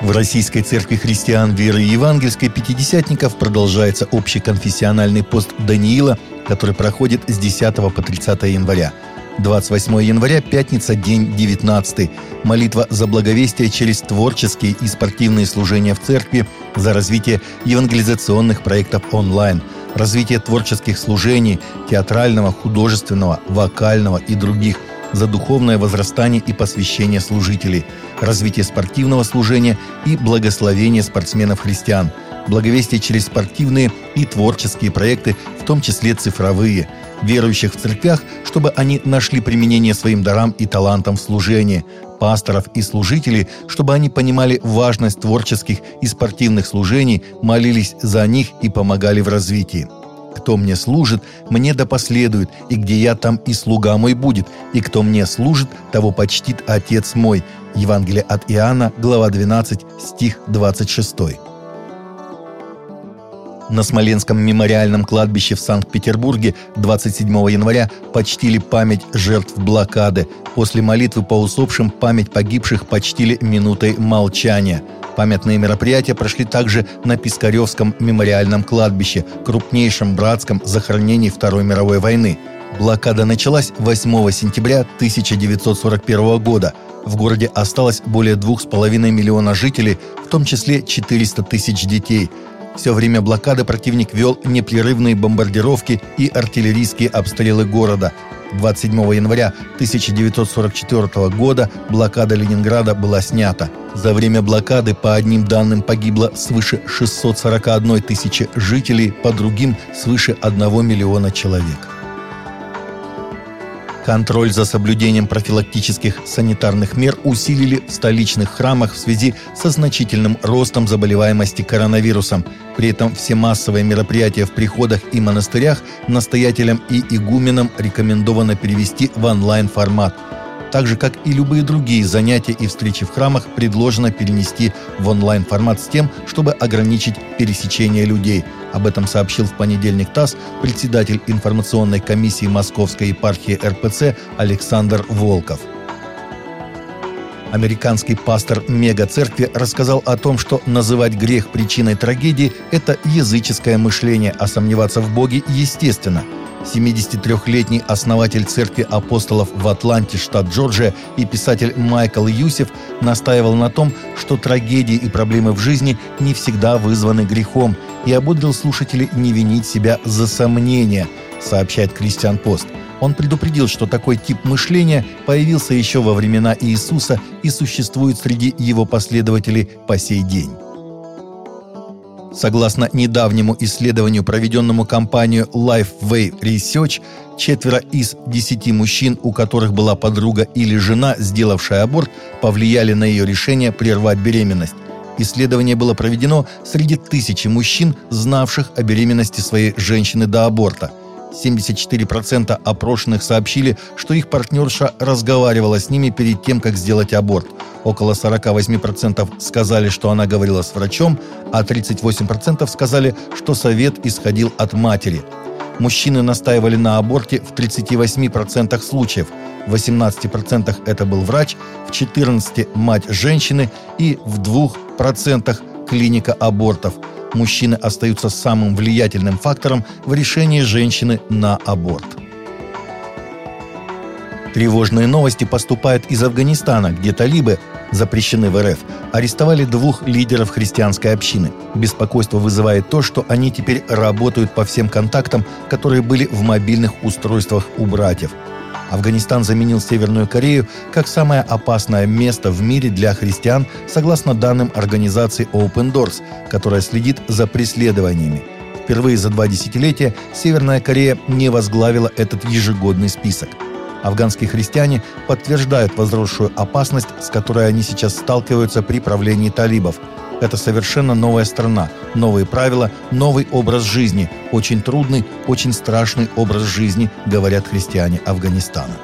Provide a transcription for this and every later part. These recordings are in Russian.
В Российской церкви христиан веры евангельской пятидесятников продолжается общеконфессиональный пост Даниила, который проходит с 10 по 30 января. 28 января, пятница, день 19. Молитва за благовестие через творческие и спортивные служения в церкви, за развитие евангелизационных проектов онлайн, развитие творческих служений, театрального, художественного, вокального и других, за духовное возрастание и посвящение служителей, развитие спортивного служения и благословение спортсменов-христиан, благовестие через спортивные и творческие проекты, в том числе цифровые, верующих в церквях, чтобы они нашли применение своим дарам и талантам в служении, пасторов и служителей, чтобы они понимали важность творческих и спортивных служений, молились за них и помогали в развитии. «Кто мне служит, мне да последует, и где я, там и слуга мой будет, и кто мне служит, того почтит Отец мой». Евангелие от Иоанна, глава 12, стих 26. На Смоленском мемориальном кладбище в Санкт-Петербурге 27 января почтили память жертв блокады. После молитвы по усопшим память погибших почтили минутой молчания. Памятные мероприятия прошли также на Пискаревском мемориальном кладбище, крупнейшем братском захоронении Второй мировой войны. Блокада началась 8 сентября 1941 года. В городе осталось более 2,5 миллиона жителей, в том числе 400 тысяч детей. Все время блокады противник вел непрерывные бомбардировки и артиллерийские обстрелы города. 27 января 1944 года блокада Ленинграда была снята. За время блокады, по одним данным, погибло свыше 641 тысячи жителей, по другим – свыше 1 миллиона человек. Контроль за соблюдением профилактических санитарных мер усилили в столичных храмах в связи со значительным ростом заболеваемости коронавирусом. При этом все массовые мероприятия в приходах и монастырях настоятелям и игуменам рекомендовано перевести в онлайн-формат. Так же, как и любые другие занятия и встречи в храмах, предложено перенести в онлайн-формат с тем, чтобы ограничить пересечение людей. Об этом сообщил в понедельник ТАСС председатель информационной комиссии Московской епархии РПЦ Александр Волков. Американский пастор мега-церкви рассказал о том, что называть грех причиной трагедии – это языческое мышление, а сомневаться в Боге естественно. 73-летний основатель церкви апостолов в Атланте, штат Джорджия, и писатель Майкл Юсеф настаивал на том, что трагедии и проблемы в жизни не всегда вызваны грехом, и ободрил слушателей не винить себя за сомнения, сообщает Кристиан Пост. Он предупредил, что такой тип мышления появился еще во времена Иисуса и существует среди его последователей по сей день. Согласно недавнему исследованию, проведенному компанией Lifeway Research, 4 из 10 мужчин, у которых была подруга или жена, сделавшая аборт, повлияли на ее решение прервать беременность. Исследование было проведено среди 1000 мужчин, знавших о беременности своей женщины до аборта. 74% опрошенных сообщили, что их партнерша разговаривала с ними перед тем, как сделать аборт. Около 48% сказали, что она говорила с врачом, а 38% сказали, что совет исходил от матери. Мужчины настаивали на аборте в 38% случаев. В 18% это был врач, в 14% мать женщины и в 2% клиника абортов. Мужчины остаются самым влиятельным фактором в решении женщины на аборт. Тревожные новости поступают из Афганистана, где талибы, запрещены в РФ, арестовали 2 лидеров христианской общины. Беспокойство вызывает то, что они теперь работают по всем контактам, которые были в мобильных устройствах у братьев. Афганистан заменил Северную Корею как самое опасное место в мире для христиан, согласно данным организации Open Doors, которая следит за преследованиями. Впервые за 2 десятилетия Северная Корея не возглавила этот ежегодный список. Афганские христиане подтверждают возросшую опасность, с которой они сейчас сталкиваются при правлении талибов. Это совершенно новая страна, новые правила, новый образ жизни, очень трудный, очень страшный образ жизни, говорят христиане Афганистана.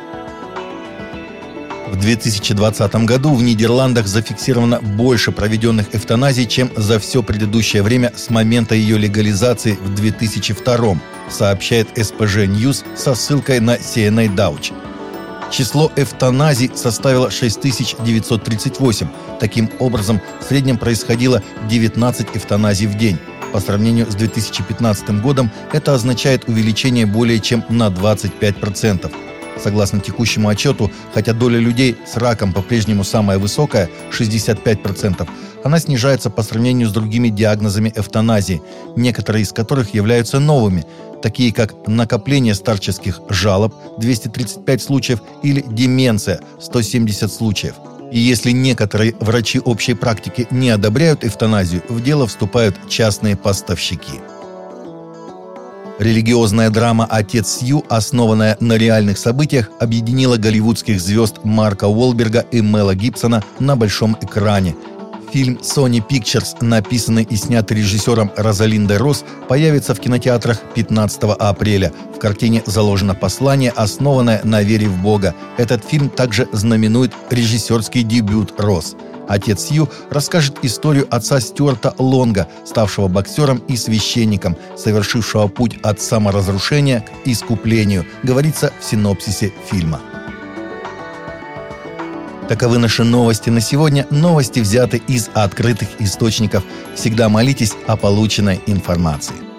В 2020 году в Нидерландах зафиксировано больше проведенных эвтаназий, чем за все предыдущее время с момента ее легализации в 2002, сообщает СПЖ News со ссылкой на CNA Deutsch. Число эвтаназий составило 6938. Таким образом, в среднем происходило 19 эвтаназий в день. По сравнению с 2015 годом это означает увеличение более чем на 25%. Согласно текущему отчету, хотя доля людей с раком по-прежнему самая высокая – 65%, она снижается по сравнению с другими диагнозами эвтаназии, некоторые из которых являются новыми, такие как накопление старческих жалоб – 235 случаев или деменция – 170 случаев. И если некоторые врачи общей практики не одобряют эвтаназию, в дело вступают частные поставщики. Религиозная драма «Отец Сью», основанная на реальных событиях, объединила голливудских звезд Марка Уолберга и Мела Гибсона на большом экране. Фильм Sony Pictures, написанный и снятый режиссером Розалиндой Росс, появится в кинотеатрах 15 апреля. В картине заложено послание, основанное на вере в Бога. Этот фильм также знаменует режиссерский дебют Росс. «Отец Сью» расскажет историю отца Стюарта Лонга, ставшего боксером и священником, совершившего путь от саморазрушения к искуплению, говорится в синопсисе фильма. Таковы наши новости на сегодня. Новости взяты из открытых источников. Всегда молитесь о полученной информации.